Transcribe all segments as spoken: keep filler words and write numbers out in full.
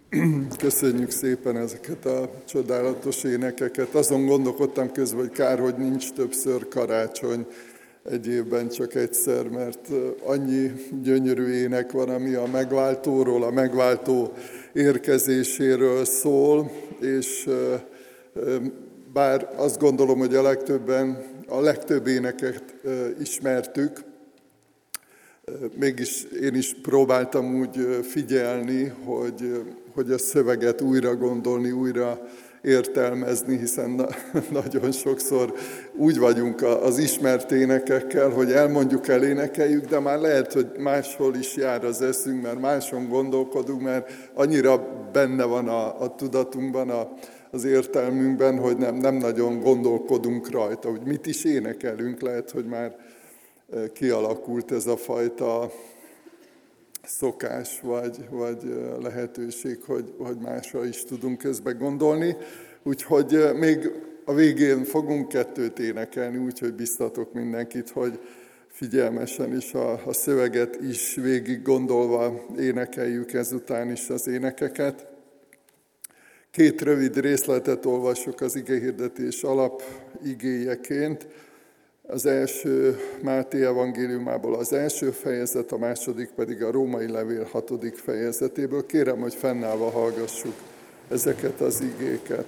Köszönjük szépen ezeket a csodálatos énekeket. Azon gondolkodtam közben, hogy kár, hogy nincs többször karácsony egy évben, csak egyszer, mert annyi gyönyörű ének van, ami a megváltóról, a megváltó érkezéséről szól, és bár azt gondolom, hogy a legtöbben, a legtöbb éneket ismertük, mégis én is próbáltam úgy figyelni, hogy, hogy a szöveget újra gondolni, újra értelmezni, hiszen nagyon sokszor úgy vagyunk az ismert énekekkel, hogy elmondjuk, elénekeljük, de már lehet, hogy máshol is jár az eszünk, mert máson gondolkodunk, mert annyira benne van a, a tudatunkban, a, az értelmünkben, hogy nem, nem nagyon gondolkodunk rajta, hogy mit is énekelünk, lehet, hogy már kialakult ez a fajta szokás, vagy, vagy lehetőség, hogy, hogy másra is tudunk közben gondolni. Úgyhogy még a végén fogunk kettőt énekelni, úgyhogy biztatok mindenkit, hogy figyelmesen is a, a szöveget is végig gondolva énekeljük ezután is az énekeket. Két rövid részletet olvassuk az igehirdetés alap igéjeként. Az első Máté evangéliumából az első fejezet, a második pedig a római levél hatodik fejezetéből. Kérem, hogy fennállva hallgassuk ezeket az igéket.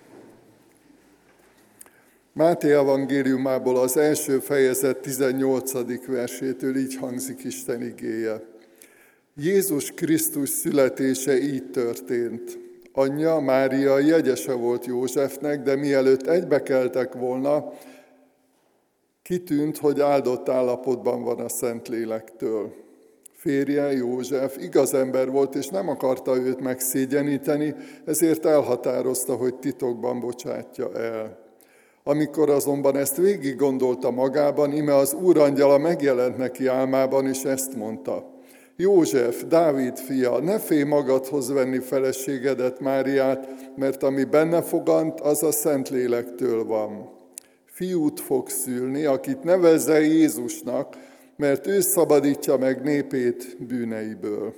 Máté evangéliumából az első fejezet tizennyolcadik versétől így hangzik Isten igéje. Jézus Krisztus születése így történt. Anyja, Mária jegyese volt Józsefnek, de mielőtt egybekeltek volna, kitűnt, hogy áldott állapotban van a Szentlélektől. Férje, József, igaz ember volt, és nem akarta őt megszégyeníteni, ezért elhatározta, hogy titokban bocsátja el. Amikor azonban ezt végig gondolta magában, ime az úrangyala megjelent neki álmában, és ezt mondta. József, Dávid fia, ne félj magadhoz venni feleségedet, Máriát, mert ami benne fogant, az a Szentlélektől van. Fiút fog szülni, akit nevezze Jézusnak, mert ő szabadítja meg népét bűneiből.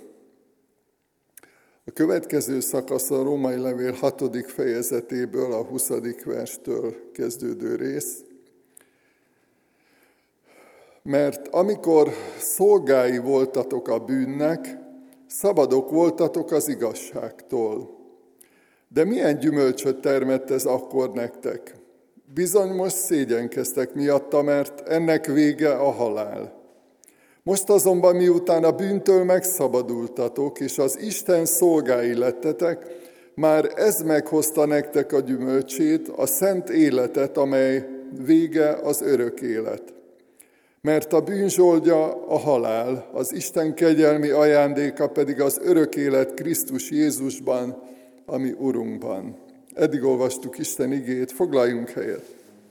A következő szakasz a római levél hatodik fejezetéből, a huszadik verstől kezdődő rész. Mert amikor szolgái voltatok a bűnnek, szabadok voltatok az igazságtól. De milyen gyümölcsöt termett ez akkor nektek? Bizony most szégyenkeztek miatta, mert ennek vége a halál. Most azonban miután a bűntől megszabadultatok, és az Isten szolgái lettetek, már ez meghozta nektek a gyümölcsét, a szent életet, amely vége az örök élet. Mert a bűn zsoldja a halál, az Isten kegyelmi ajándéka pedig az örök élet Krisztus Jézusban, ami Urunkban. Eddig olvastuk Isten igéjét, foglaljunk helyet.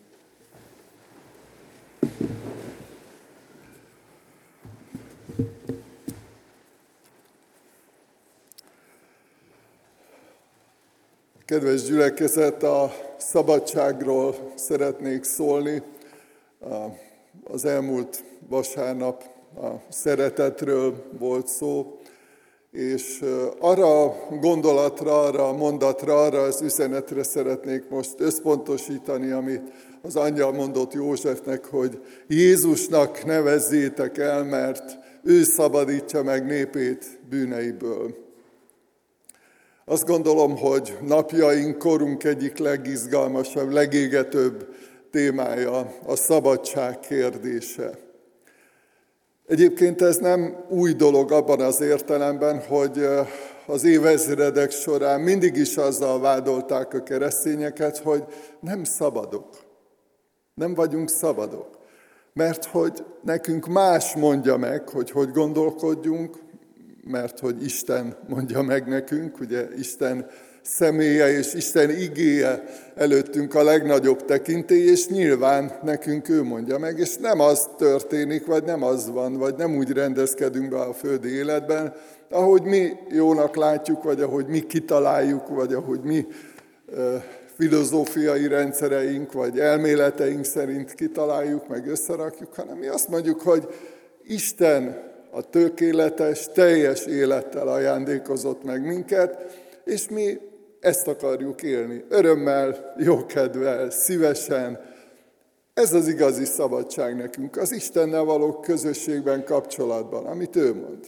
Kedves gyülekezet, a szabadságról szeretnék szólni. Az elmúlt vasárnap a szeretetről volt szó, és arra a gondolatra, arra a mondatra, arra az üzenetre szeretnék most összpontosítani, amit az angyal mondott Józsefnek, hogy Jézusnak nevezzétek el, mert ő szabadítja meg népét bűneiből. Azt gondolom, hogy napjaink, korunk egyik legizgalmasabb, legégetőbb témája a szabadság kérdése. Egyébként ez nem új dolog abban az értelemben, hogy az évezredek során mindig is azzal vádolták a keresztényeket, hogy nem szabadok, nem vagyunk szabadok. Mert hogy nekünk más mondja meg, hogy hogy gondolkodjunk, mert hogy Isten mondja meg nekünk, ugye Isten személye és Isten igéje előttünk a legnagyobb tekintély, és nyilván nekünk ő mondja meg, és nem az történik, vagy nem az van, vagy nem úgy rendezkedünk be a földi életben, ahogy mi jónak látjuk, vagy ahogy mi kitaláljuk, vagy ahogy mi filozófiai rendszereink, vagy elméleteink szerint kitaláljuk, meg összerakjuk, hanem mi azt mondjuk, hogy Isten a tökéletes, teljes élettel ajándékozott meg minket, és mi ezt akarjuk élni. Örömmel, jókedvel, szívesen. Ez az igazi szabadság nekünk, az Istennel való közösségben, kapcsolatban, amit ő mond.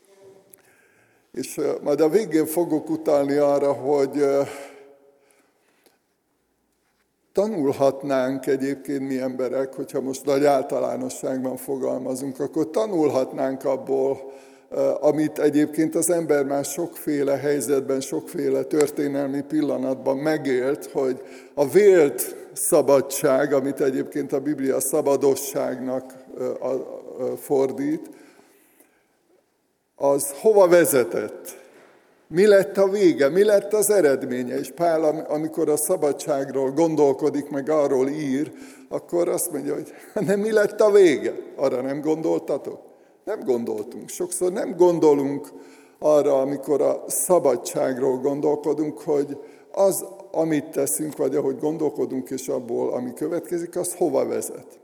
És majd a végén fogok utalni arra, hogy tanulhatnánk egyébként mi emberek, hogyha most nagy általánosságban fogalmazunk, akkor tanulhatnánk abból, amit egyébként az ember már sokféle helyzetben, sokféle történelmi pillanatban megélt, hogy a vélt szabadság, amit egyébként a Biblia szabadosságnak fordít, az hova vezetett? Mi lett a vége? Mi lett az eredménye? És Pál, amikor a szabadságról gondolkodik, meg arról ír, akkor azt mondja, hogy nem mi lett a vége? Arra nem gondoltatok? Nem gondoltunk. Sokszor nem gondolunk arra, amikor a szabadságról gondolkodunk, hogy az, amit teszünk, vagy ahogy gondolkodunk, és abból, ami következik, az hova vezet.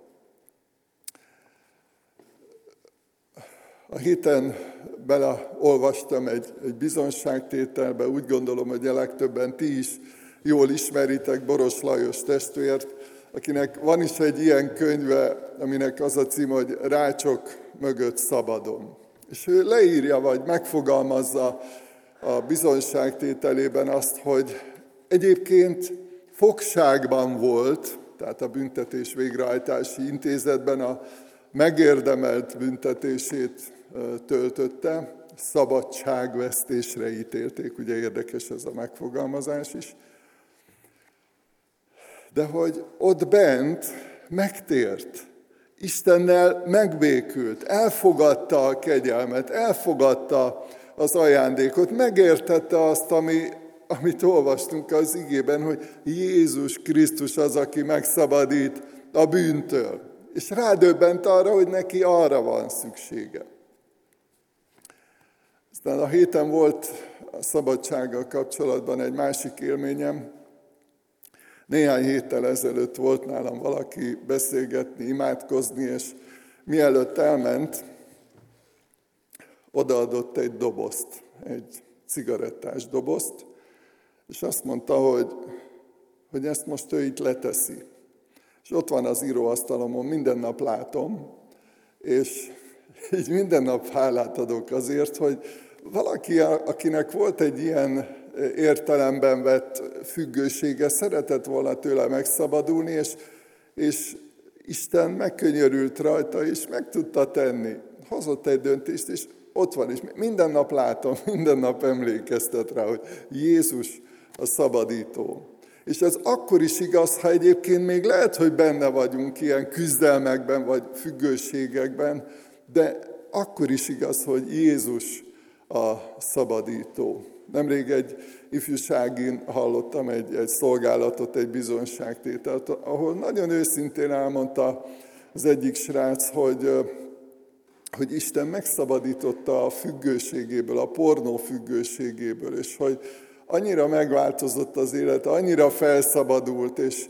A héten beleolvastam egy, egy bizonságtételbe, úgy gondolom, hogy a legtöbben ti is jól ismeritek Boros Lajos testvért, akinek van is egy ilyen könyve, aminek az a cím, hogy Rácsok mögött szabadon. És ő leírja, vagy megfogalmazza a bizonságtételében azt, hogy egyébként fogságban volt, tehát a büntetés végrehajtási intézetben a megérdemelt büntetését töltötte, szabadságvesztésre ítélték, ugye érdekes ez a megfogalmazás is, de hogy ott bent megtért, Istennel megbékült, elfogadta a kegyelmet, elfogadta az ajándékot, megértette azt, ami, amit olvastunk az igében, hogy Jézus Krisztus az, aki megszabadít a bűntől. És rádöbbent arra, hogy neki arra van szüksége. Aztán a héten volt a szabadsággal kapcsolatban egy másik élményem. Néhány héttel ezelőtt volt nálam valaki beszélgetni, imádkozni, és mielőtt elment, odaadott egy dobozt, egy cigarettás dobozt, és azt mondta, hogy, hogy ezt most ő itt leteszi. És ott van az íróasztalomon, minden nap látom, és így minden nap hálát adok azért, hogy valaki, akinek volt egy ilyen értelemben vett függősége, szeretett volna tőle megszabadulni, és, és Isten megkönyörült rajta, és meg tudta tenni. Hozott egy döntést, és ott van, és minden nap látom, minden nap emlékeztet rá, hogy Jézus a szabadító. És ez akkor is igaz, ha egyébként még lehet, hogy benne vagyunk ilyen küzdelmekben, vagy függőségekben, de akkor is igaz, hogy Jézus a szabadító. Nemrég egy ifjúságin hallottam egy, egy szolgálatot, egy bizonságtételt, ahol nagyon őszintén elmondta az egyik srác, hogy, hogy Isten megszabadította a függőségéből, a pornó függőségéből, és hogy annyira megváltozott az élete, annyira felszabadult, és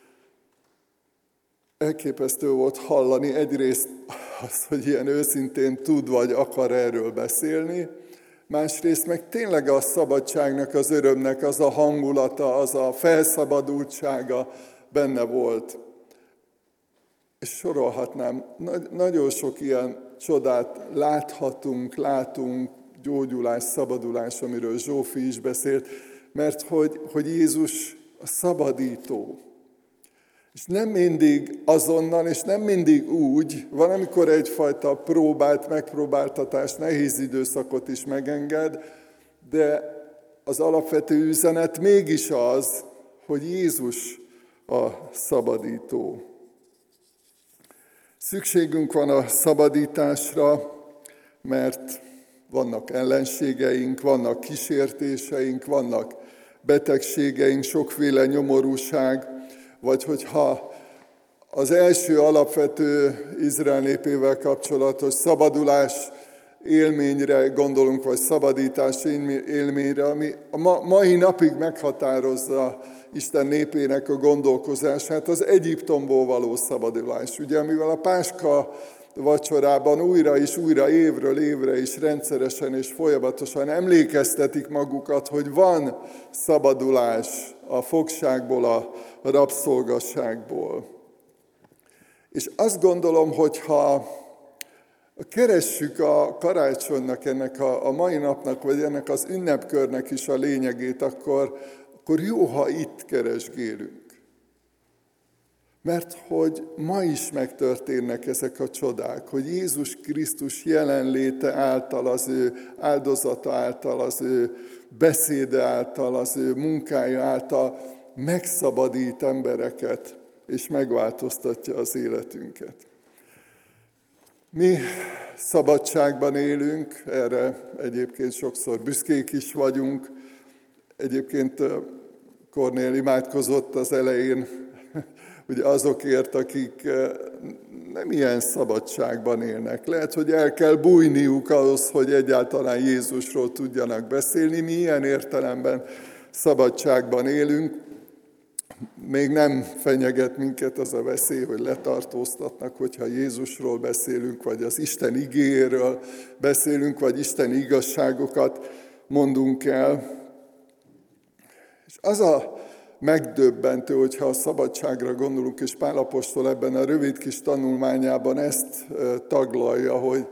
elképesztő volt hallani egyrészt az, hogy ilyen őszintén tud vagy akar erről beszélni, másrészt meg tényleg a szabadságnak, az örömnek az a hangulata, az a felszabadultsága benne volt. És sorolhatnám, nagyon sok ilyen csodát láthatunk, látunk, gyógyulás, szabadulás, amiről Zsófi is beszélt, mert hogy, hogy Jézus a szabadító. És nem mindig azonnal, és nem mindig úgy, van, amikor egyfajta próbát, megpróbáltatás, nehéz időszakot is megenged, de az alapvető üzenet mégis az, hogy Jézus a szabadító. Szükségünk van a szabadításra, mert vannak ellenségeink, vannak kísértéseink, vannak betegségeink, sokféle nyomorúság, vagy hogyha az első alapvető Izrael népével kapcsolatos szabadulás élményre gondolunk, vagy szabadítás élményre, ami a mai napig meghatározza Isten népének a gondolkozását, az Egyiptomból való szabadulás. Ugye, mivel a Páska vacsorában újra és újra, évről évre is rendszeresen és folyamatosan emlékeztetik magukat, hogy van szabadulás a fogságból, a rabszolgasságból. És azt gondolom, hogy ha keressük a karácsonynak, ennek a, a mai napnak, vagy ennek az ünnepkörnek is a lényegét, akkor, akkor jó, ha itt keresgélünk. Mert hogy ma is megtörténnek ezek a csodák, hogy Jézus Krisztus jelenléte által, az ő áldozata által, az ő beszéde által, az ő munkája által megszabadít embereket, és megváltoztatja az életünket. Mi szabadságban élünk, erre egyébként sokszor büszkék is vagyunk. Egyébként Kornél imádkozott az elején, ugye azokért, akik nem ilyen szabadságban élnek. Lehet, hogy el kell bújniuk ahhoz, hogy egyáltalán Jézusról tudjanak beszélni. Mi ilyen értelemben szabadságban élünk. Még nem fenyeget minket az a veszély, hogy letartóztatnak, hogyha Jézusról beszélünk, vagy az Isten igéjéről beszélünk, vagy Isten igazságokat mondunk el. És az a megdöbbentő, hogyha a szabadságra gondolunk, és Pál apostol ebben a rövid kis tanulmányában ezt taglalja, hogy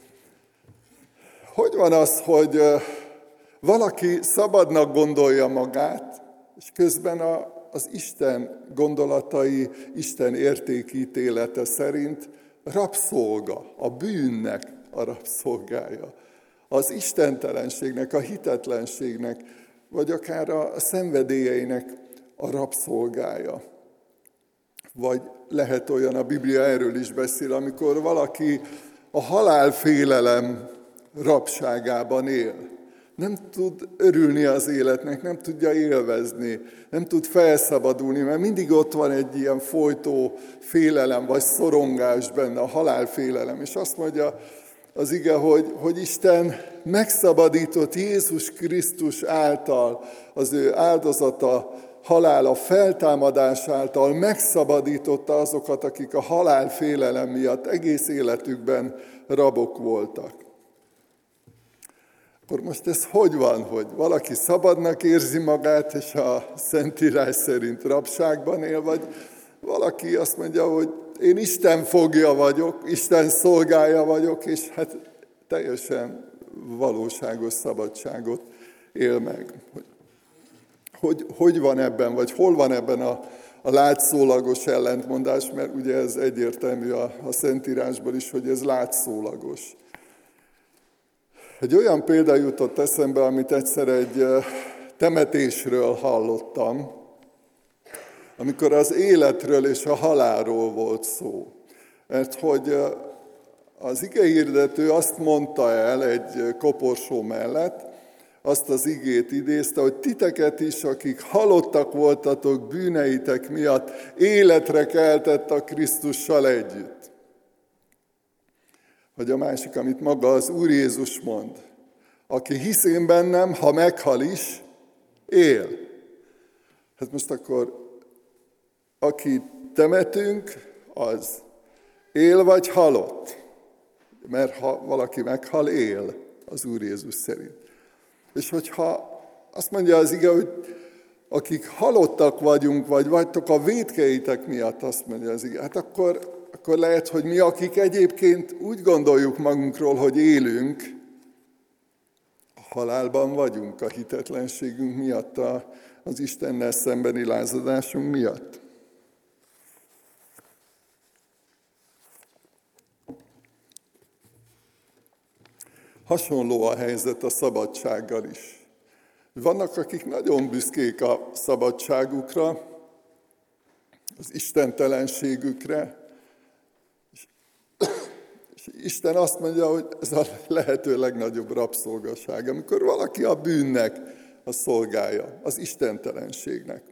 hogy van az, hogy valaki szabadnak gondolja magát, és közben a az Isten gondolatai, Isten értékítélete szerint rabszolga, a bűnnek a rabszolgája, az istentelenségnek, a hitetlenségnek, vagy akár a szenvedélyeinek a rabszolgája. Vagy lehet olyan, a Biblia erről is beszél, amikor valaki a halálfélelem rabságában él. Nem tud örülni az életnek, nem tudja élvezni, nem tud felszabadulni, mert mindig ott van egy ilyen folytó félelem, vagy szorongás benne, a halálfélelem. És azt mondja az ige, hogy, hogy Isten megszabadított Jézus Krisztus által, az ő áldozata, halála, feltámadás által megszabadította azokat, akik a halálfélelem miatt egész életükben rabok voltak. Akkor most ez hogy van, hogy valaki szabadnak érzi magát, és a Szentírás szerint rabságban él, vagy valaki azt mondja, hogy én Isten fogja vagyok, Isten szolgája vagyok, és hát teljesen valóságos szabadságot él meg. Hogy, hogy, hogy van ebben, vagy hol van ebben a, a látszólagos ellentmondás, mert ugye ez egyértelmű a, a Szentírásból is, hogy ez látszólagos. Egy olyan példa jutott eszembe, amit egyszer egy temetésről hallottam, amikor az életről és a halálról volt szó. Mert hogy az igehirdető azt mondta el egy koporsó mellett, azt az igét idézte, hogy titeket is, akik halottak voltatok bűneitek miatt, életre keltett a Krisztussal együtt. Vagy a másik, amit maga az Úr Jézus mond. Aki hisz én bennem, ha meghal is, él. Hát most akkor, aki temetünk, az él vagy halott. Mert ha valaki meghal, él az Úr Jézus szerint. És hogyha azt mondja az ige, hogy akik halottak vagyunk, vagy vagytok a vétkeitek miatt, azt mondja az ige, hát akkor... akkor lehet, hogy mi, akik egyébként úgy gondoljuk magunkról, hogy élünk, a halálban vagyunk a hitetlenségünk miatt, az Istennel szembeni lázadásunk miatt. Hasonló a helyzet a szabadsággal is. Vannak, akik nagyon büszkék a szabadságukra, az istentelenségükre, és Isten azt mondja, hogy ez a lehető legnagyobb rabszolgaság, amikor valaki a bűnnek a szolgája, az istentelenségnek.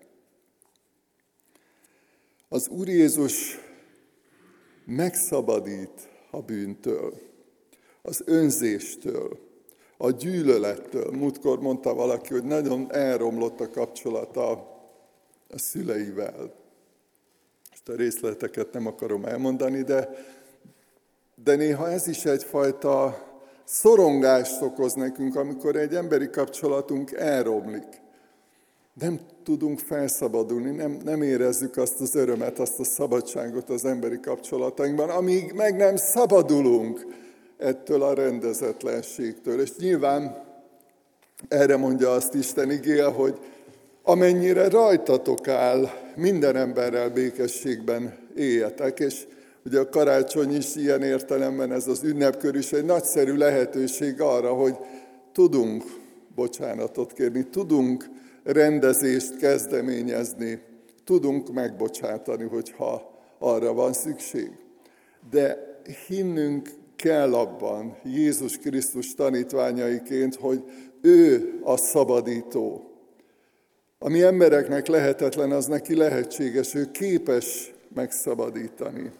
Az Úr Jézus megszabadít a bűntől, az önzéstől, a gyűlölettől. Múltkor mondta valaki, hogy nagyon elromlott a kapcsolata a szüleivel. Ezt a részleteket nem akarom elmondani, de de néha ez is egyfajta szorongást okoz nekünk, amikor egy emberi kapcsolatunk elromlik. Nem tudunk felszabadulni, nem, nem érezzük azt az örömet, azt a szabadságot az emberi kapcsolatainkban, amíg meg nem szabadulunk ettől a rendezetlenségtől. És nyilván erre mondja azt Isten igéje, hogy amennyire rajtatok áll, minden emberrel békességben éljetek, és ugye a karácsony is ilyen értelemben, ez az ünnepkör is egy nagyszerű lehetőség arra, hogy tudunk bocsánatot kérni, tudunk rendezést kezdeményezni, tudunk megbocsátani, hogyha arra van szükség. De hinnünk kell abban, Jézus Krisztus tanítványaiként, hogy ő a szabadító. Ami embereknek lehetetlen, az neki lehetséges, ő képes megszabadítani.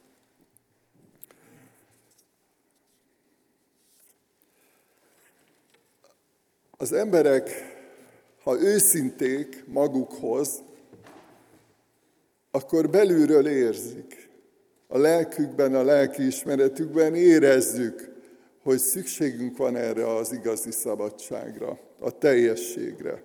Az emberek, ha őszinték magukhoz, akkor belülről érzik. A lelkükben, a lelkiismeretükben érezzük, hogy szükségünk van erre az igazi szabadságra, a teljességre.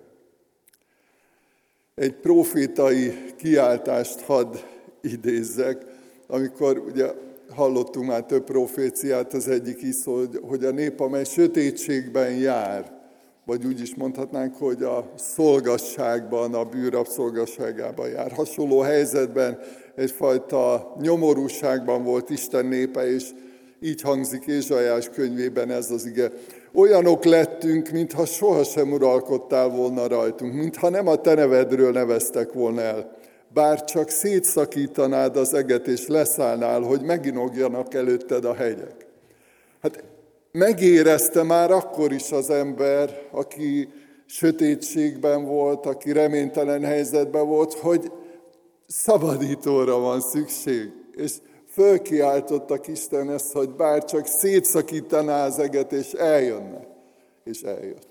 Egy profétai kiáltást hadd idézzek, amikor ugye hallottunk már több proféciát, az egyik is szól, hogy a nép, amely sötétségben jár, vagy úgy is mondhatnánk, hogy a szolgasságban, a bűrab szolgasságában jár. Hasonló helyzetben egyfajta nyomorúságban volt Isten népe, és így hangzik Ézsaiás könyvében ez az ige. Olyanok lettünk, mintha sohasem uralkodtál volna rajtunk, mintha nem a te nevedről neveztek volna el. Bár csak szétszakítanád az eget, és leszállnál, hogy meginogjanak előtted a hegyek. Hát megérezte már akkor is az ember, aki sötétségben volt, aki reménytelen helyzetben volt, hogy szabadítóra van szükség. És fölkiáltottak Istenhez, hogy bár csak szétszakítaná az eget, és eljönne. És eljött.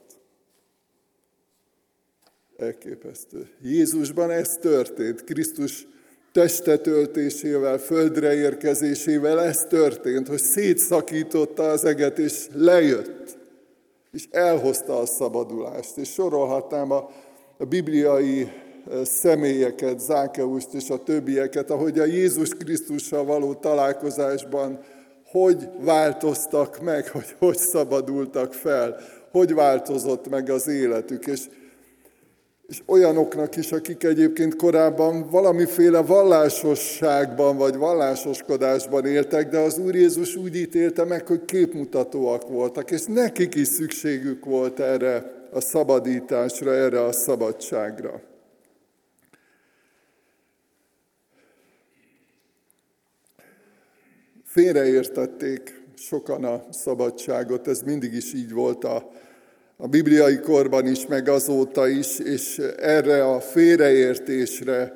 Elképesztő. Jézusban ez történt. Krisztus testetöltésével, földre érkezésével ez történt, hogy szétszakította az eget, és lejött. És elhozta a szabadulást. És sorolhatnám a, a bibliai személyeket, Zákeuszt és a többieket, ahogy a Jézus Krisztussal való találkozásban hogy változtak meg, hogy hogy szabadultak fel, hogy változott meg az életük. És, és olyanoknak is, akik egyébként korábban valamiféle vallásosságban vagy vallásoskodásban éltek, de az Úr Jézus úgy ítélte meg, hogy képmutatóak voltak, és nekik is szükségük volt erre a szabadításra, erre a szabadságra. Félreértették sokan a szabadságot, ez mindig is így volt a, a bibliai korban is, meg azóta is, és erre a félreértésre,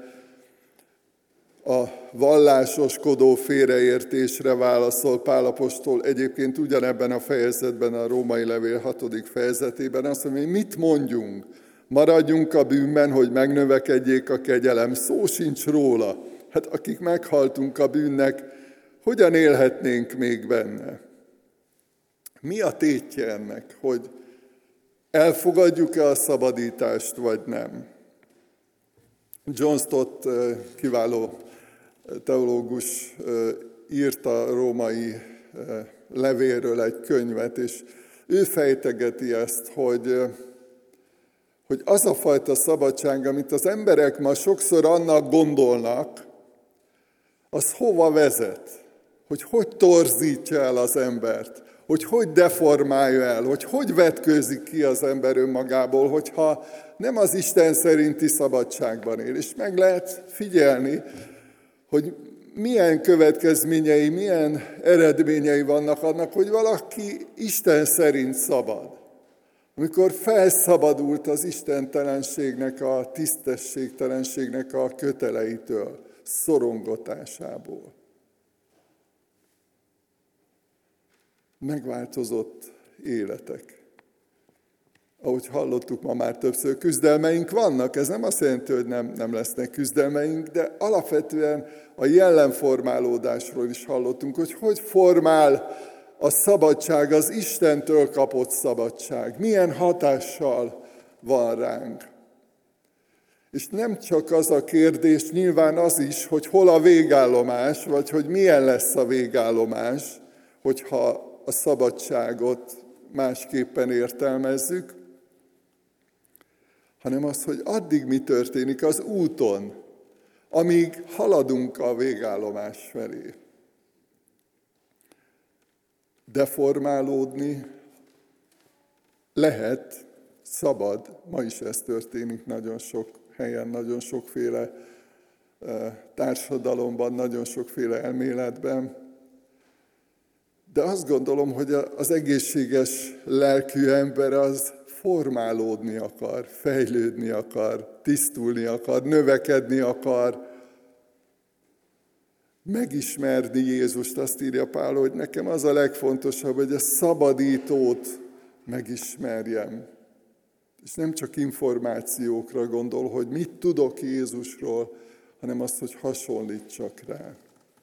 a vallásoskodó félreértésre válaszol Pál apostol egyébként ugyanebben a fejezetben, a Római levél hatodik fejezetében, azt mondja, hogy mit mondjunk? Maradjunk a bűnben, hogy megnövekedjék a kegyelem. Szó sincs róla. Hát akik meghaltunk a bűnnek, hogyan élhetnénk még benne? Mi a tétje ennek, hogy elfogadjuk-e a szabadítást, vagy nem? John Stott, kiváló teológus, írta a római levélről egy könyvet, és ő fejtegeti ezt, hogy, hogy az a fajta szabadság, amit az emberek ma sokszor annak gondolnak, az hova vezet? Hogy hogy torzítja el az embert, hogy hogy deformálja el, hogy hogy vetkőzik ki az ember önmagából, hogyha nem az Isten szerinti szabadságban él. És meg lehet figyelni, hogy milyen következményei, milyen eredményei vannak annak, hogy valaki Isten szerint szabad. Amikor felszabadult az istentelenségnek, a tisztességtelenségnek a köteleitől, szorongatásából. Megváltozott életek. ahogy hallottuk ma már többször, küzdelmeink vannak. Ez nem azt jelenti, hogy nem, nem lesznek küzdelmeink, de alapvetően a jellemformálódásról is hallottunk, hogy hogy formál a szabadság, az Istentől kapott szabadság. Milyen hatással van ránk. És nem csak az a kérdés, nyilván az is, hogy hol a végállomás, vagy hogy milyen lesz a végállomás, hogyha a szabadságot másképpen értelmezzük, hanem az, hogy addig mi történik az úton, amíg haladunk a végállomás felé. Deformálódni lehet, szabad, ma is ez történik nagyon sok helyen, nagyon sokféle társadalomban, nagyon sokféle elméletben. De azt gondolom, hogy az egészséges lelkű ember az formálódni akar, fejlődni akar, tisztulni akar, növekedni akar, megismerni Jézust. Azt írja Pál, hogy nekem az a legfontosabb, hogy a szabadítót megismerjem. És nem csak információkra gondol, hogy mit tudok Jézusról, hanem azt, hogy hasonlítsak rá.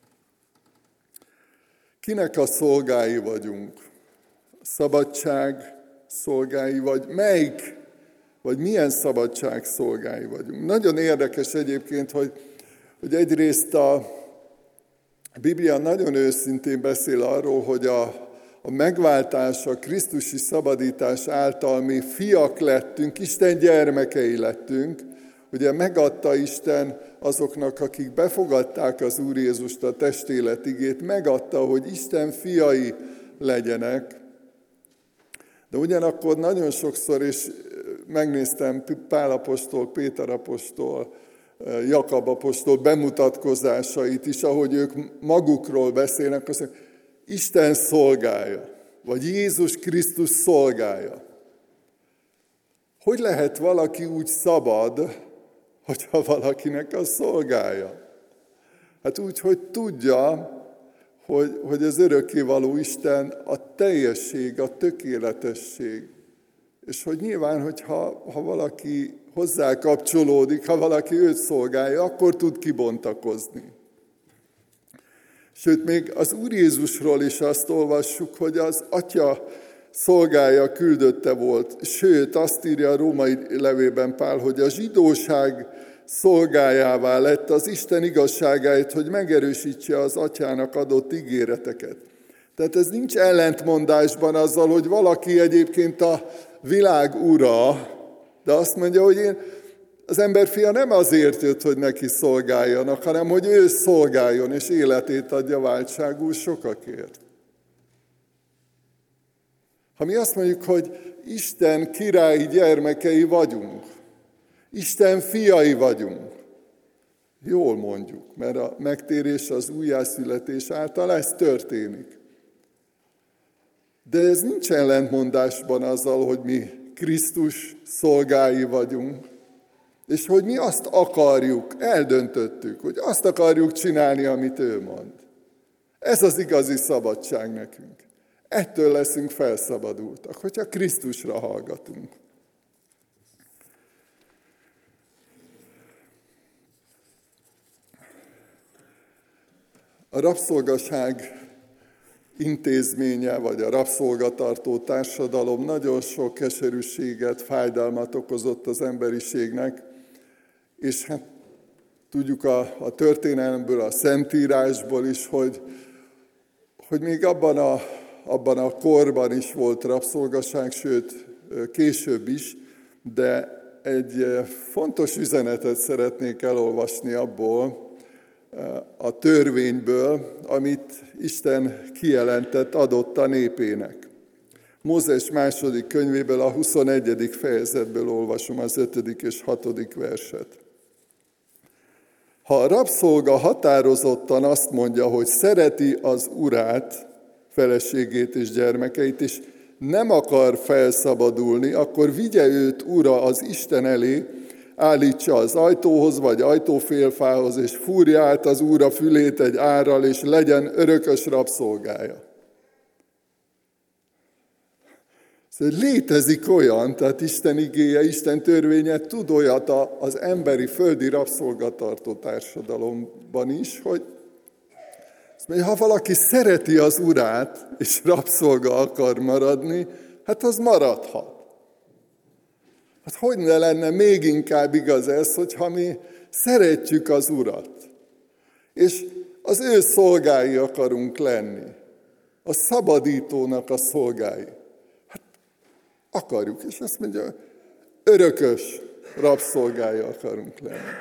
Kinek a szolgái vagyunk? A szabadság szolgái, vagy melyik, vagy milyen szabadság szolgái vagyunk? Nagyon érdekes egyébként, hogy, hogy egyrészt a, a Biblia nagyon őszintén beszél arról, hogy a, a megváltás, a krisztusi szabadítás által mi fiak lettünk, Isten gyermekei lettünk. Ugye megadta Isten azoknak, akik befogadták az Úr Jézust, a testélet igét, megadta, hogy Isten fiai legyenek. De ugyanakkor nagyon sokszor, és megnéztem Pál apostol, Péter apostol, Jakab apostol bemutatkozásait is, ahogy ők magukról beszélnek, azt mondják, Isten szolgája, vagy Jézus Krisztus szolgája. Hogy lehet valaki úgy szabad, hogyha valakinek a szolgája? Hát úgy, hogy tudja, hogy, hogy az örökkévaló Isten a teljesség, a tökéletesség. És hogy nyilván, hogyha ha valaki hozzá kapcsolódik, ha valaki őt szolgálja, akkor tud kibontakozni. Sőt, még az Úr Jézusról is azt olvassuk, hogy az Atya szolgája, küldötte volt. Sőt, azt írja a római levélben Pál, hogy a zsidóság szolgájává lett az Isten igazságáért, hogy megerősítse az Atyának adott ígéreteket. Tehát ez nincs ellentmondásban azzal, hogy valaki egyébként a világ ura, de azt mondja, hogy én, az emberfia nem azért jött, hogy neki szolgáljanak, hanem hogy ő szolgáljon, és életét adja váltságul sokakért. Ha mi azt mondjuk, hogy Isten királyi gyermekei vagyunk, Isten fiai vagyunk, jól mondjuk, mert a megtérés, az újjászületés által ez történik. De ez nincs ellentmondásban azzal, hogy mi Krisztus szolgái vagyunk, és hogy mi azt akarjuk, eldöntöttük, hogy azt akarjuk csinálni, amit ő mond. Ez az igazi szabadság nekünk. Ettől leszünk felszabadultak, hogyha Krisztusra hallgatunk. A rabszolgaság intézménye, vagy a rabszolgatartó társadalom nagyon sok keserűséget, fájdalmat okozott az emberiségnek, és hát tudjuk a, a történelemből, a Szentírásból is, hogy, hogy még abban a, abban a korban is volt rabszolgaság, sőt később is, de egy fontos üzenetet szeretnék elolvasni abból, a törvényből, amit Isten kijelentett, adott a népének. Mózes második könyvéből, a huszonegyedik fejezetből olvasom az ötödik és hatodik verset. Ha a rabszolga határozottan azt mondja, hogy szereti az urát, feleségét és gyermekeit, és nem akar felszabadulni, akkor vigye őt ura az Isten elé, állítsa az ajtóhoz vagy ajtófélfához, és fúrja át az úra fülét egy árral, és legyen örökös rabszolgája. Szóval létezik olyan, tehát Isten igéje, Isten törvénye tud olyat az emberi, földi rabszolgatartó társadalomban is, hogy ha valaki szereti az urát, és rabszolga akar maradni, hát az maradhat. Hát hogy ne lenne még inkább igaz ez, hogyha mi szeretjük az urat, és az ő szolgái akarunk lenni, a szabadítónak a szolgái. Hát akarjuk, és azt mondja, örökös rabszolgái akarunk lenni.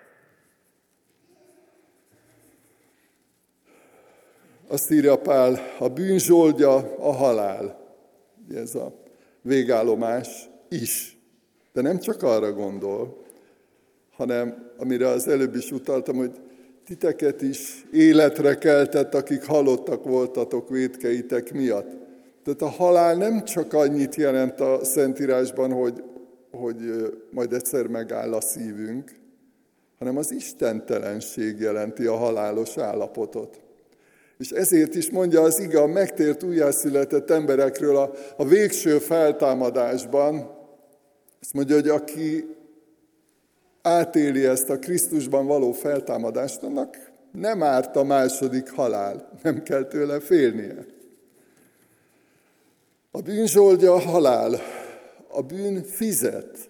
Azt írja Pál, a bűn zsoldja a halál. Ez a végállomás is. De nem csak arra gondol, hanem amire az előbb is utaltam, hogy titeket is életre keltett, akik halottak voltatok vétkeitek miatt. Tehát a halál nem csak annyit jelent a Szentírásban, hogy, hogy majd egyszer megáll a szívünk, hanem az istentelenség jelenti a halálos állapotot. És ezért is mondja az ige a megtért újjászületett emberekről a, a végső feltámadásban, azt mondja, hogy aki átéli ezt a Krisztusban való feltámadást, annak nem árt a második halál, nem kell tőle félnie. A bűn zsoldja a halál, a bűn fizet.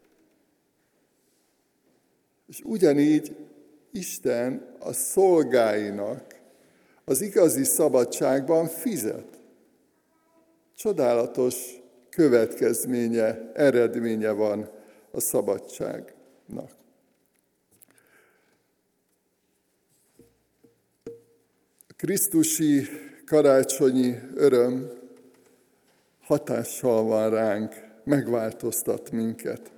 És ugyanígy Isten a szolgáinak az igazi szabadságban fizet. Csodálatos következménye, eredménye van a szabadságnak. A krisztusi karácsonyi öröm hatással van ránk, megváltoztat minket.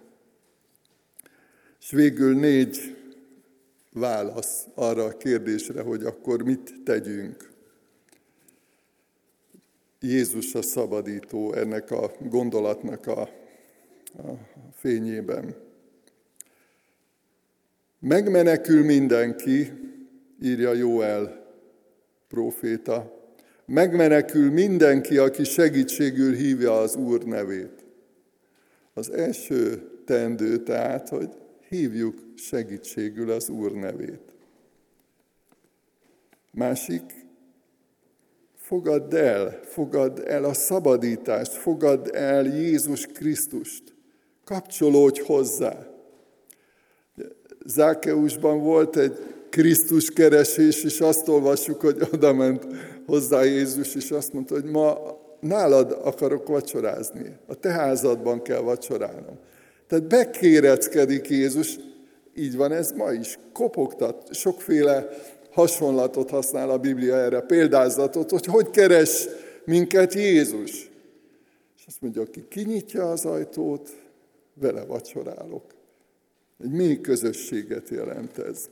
És végül négy válasz arra a kérdésre, hogy akkor mit tegyünk. Jézus a szabadító ennek a gondolatnak a, a fényében. Megmenekül mindenki, írja Jóel próféta, megmenekül mindenki, aki segítségül hívja az Úr nevét. Az első teendő tehát, hogy hívjuk segítségül az Úr nevét. Másik, fogadd el, fogadd el a szabadítást, fogadd el Jézus Krisztust, kapcsolódj hozzá. Zákeusban volt egy Krisztus keresés, és azt olvassuk, hogy oda ment hozzá Jézus, és azt mondta, hogy ma nálad akarok vacsorázni, a te házadban kell vacsorálnom. Tehát bekéreckedik Jézus, így van ez ma is, kopogtat, sokféle hasonlatot használ a Biblia erre, példázatot, hogy hogy keres minket Jézus. És azt mondja, aki kinyitja az ajtót, vele vacsorálok. Egy mély közösséget jelent ez.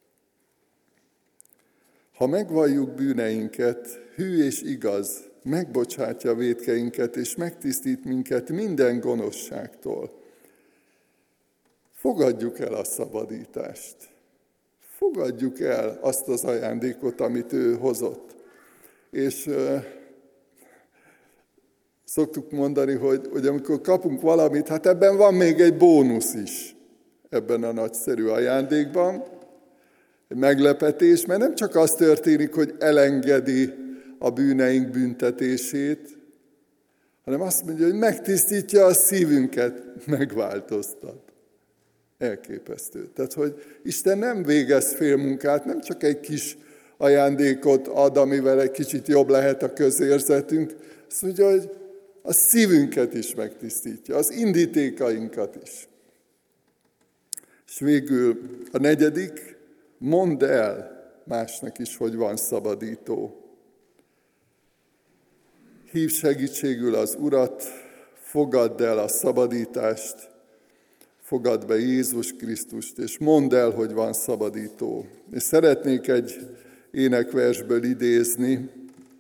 Ha megvalljuk bűneinket, hű és igaz, megbocsátja vétkeinket, és megtisztít minket minden gonoszságtól. Fogadjuk el a szabadítást. Fogadjuk el azt az ajándékot, amit ő hozott. És uh, szoktuk mondani, hogy, hogy amikor kapunk valamit, hát ebben van még egy bónusz is, ebben a nagyszerű ajándékban. Egy meglepetés, mert nem csak az történik, hogy elengedi a bűneink büntetését, hanem azt mondja, hogy megtisztítja a szívünket, megváltoztat. Elképesztő. Tehát, hogy Isten nem végez félmunkát, nem csak egy kis ajándékot ad, amivel egy kicsit jobb lehet a közérzetünk, azt mondja, hogy a szívünket is megtisztítja, az indítékainkat is. És végül a negyedik, mondd el másnak is, hogy van szabadító. Hívd segítségül az Urat, fogadd el a szabadítást, fogadd be Jézus Krisztust, és mondd el, hogy van szabadító. És szeretnék egy énekversből idézni,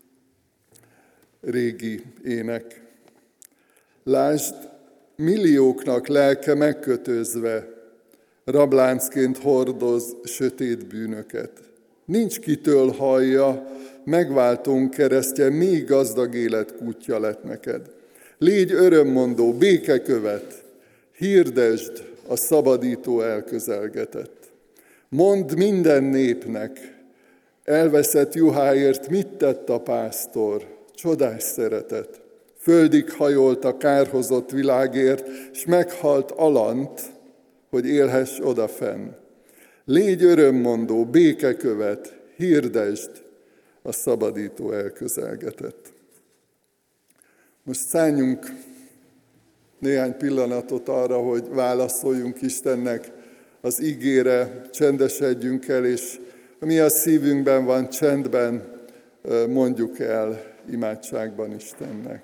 régi ének. Lásd, millióknak lelke megkötözve, rabláncként hordoz sötét bűnöket. Nincs kitől hallja, megváltónk keresztje, még gazdag élet kútja lett neked. Légy örömmondó, békekövet, hirdesd, a szabadító elközelgetett. Mondd minden népnek, elveszett juháért mit tett a pásztor, csodás szeretet. Földig hajolt a kárhozott világért, s meghalt alant, hogy élhess odafenn. Légy örömmondó, békekövet, hirdesd, a szabadító elközelgetett. Most szálljunk néhány pillanatot arra, hogy válaszoljunk Istennek az ígére, csendesedjünk el, és ami a szívünkben van, csendben mondjuk el imádságban Istennek.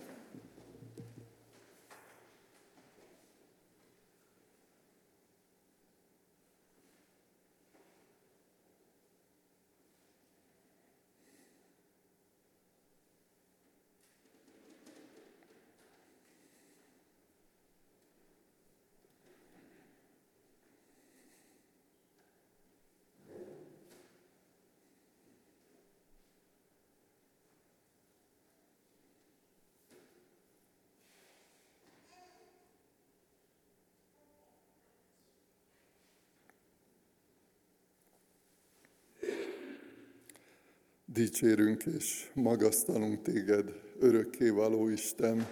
Dicsérünk és magasztalunk téged, örökkévaló Isten.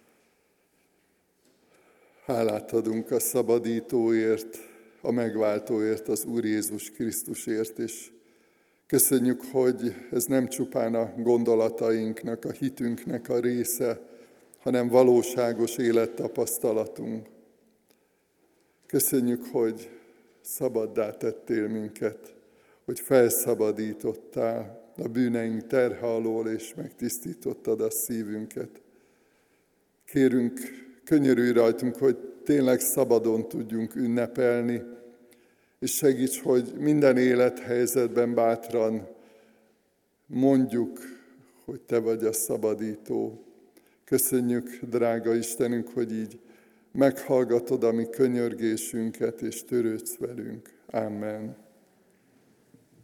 Hálát adunk a szabadítóért, a megváltóért, az Úr Jézus Krisztusért, és köszönjük, hogy ez nem csupán a gondolatainknak, a hitünknek a része, hanem valóságos élettapasztalatunk. Köszönjük, hogy szabaddá tettél minket, hogy felszabadítottál a bűneink terhe alól, és megtisztítottad a szívünket. Kérünk, könyörülj rajtunk, hogy tényleg szabadon tudjunk ünnepelni, és segíts, hogy minden élethelyzetben bátran mondjuk, hogy te vagy a szabadító. Köszönjük, drága Istenünk, hogy így meghallgatod a mi könyörgésünket, és törődsz velünk. Amen.